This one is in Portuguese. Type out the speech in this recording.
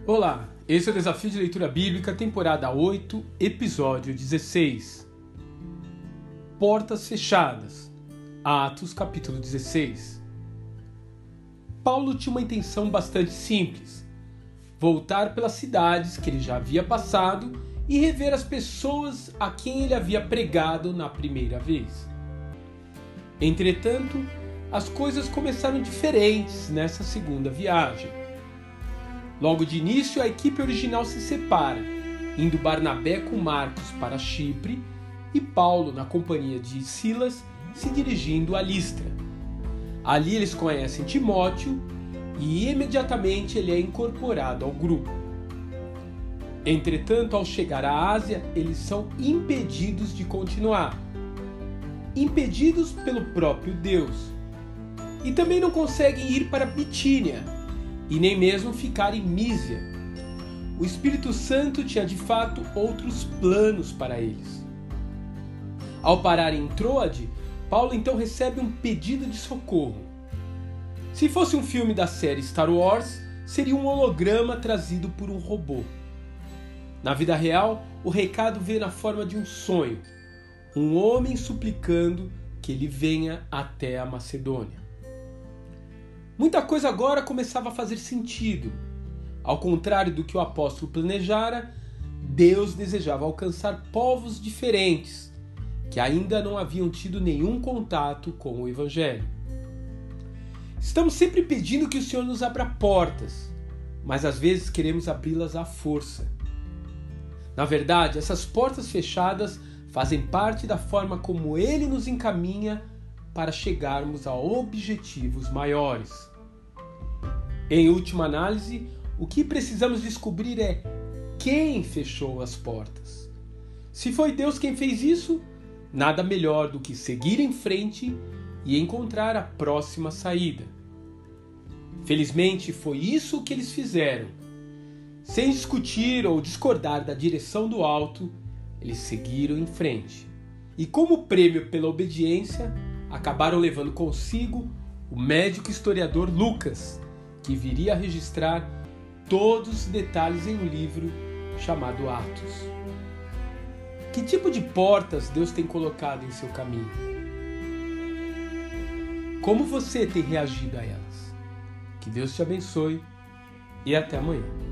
Olá, esse é o Desafio de Leitura Bíblica, temporada 8, episódio 16. Portas fechadas. Atos, capítulo 16. Paulo tinha uma intenção bastante simples: voltar pelas cidades que ele já havia passado e rever as pessoas a quem ele havia pregado na primeira vez. Entretanto, as coisas começaram diferentes nessa segunda viagem. Logo de início, a equipe original se separa, indo Barnabé com Marcos para Chipre e Paulo, na companhia de Silas, se dirigindo a Listra. Ali eles conhecem Timóteo e imediatamente ele é incorporado ao grupo. Entretanto, ao chegar à Ásia, eles são impedidos de continuar. Impedidos pelo próprio Deus. E também não conseguem ir para Bitínia, e nem mesmo ficar em Mísia. O Espírito Santo tinha de fato outros planos para eles. Ao parar em Troade, Paulo então recebe um pedido de socorro. Se fosse um filme da série Star Wars, seria um holograma trazido por um robô. Na vida real, o recado veio na forma de um sonho, um homem suplicando que ele venha até a Macedônia. Muita coisa agora começava a fazer sentido. Ao contrário do que o apóstolo planejara, Deus desejava alcançar povos diferentes, que ainda não haviam tido nenhum contato com o Evangelho. Estamos sempre pedindo que o Senhor nos abra portas, mas às vezes queremos abri-las à força. Na verdade, essas portas fechadas fazem parte da forma como Ele nos encaminha para chegarmos a objetivos maiores. Em última análise, o que precisamos descobrir é quem fechou as portas. Se foi Deus quem fez isso, nada melhor do que seguir em frente e encontrar a próxima saída. Felizmente, foi isso que eles fizeram. Sem discutir ou discordar da direção do alto, eles seguiram em frente. E como prêmio pela obediência, acabaram levando consigo o médico historiador Lucas, que viria a registrar todos os detalhes em um livro chamado Atos. Que tipo de portas Deus tem colocado em seu caminho? Como você tem reagido a elas? Que Deus te abençoe e até amanhã.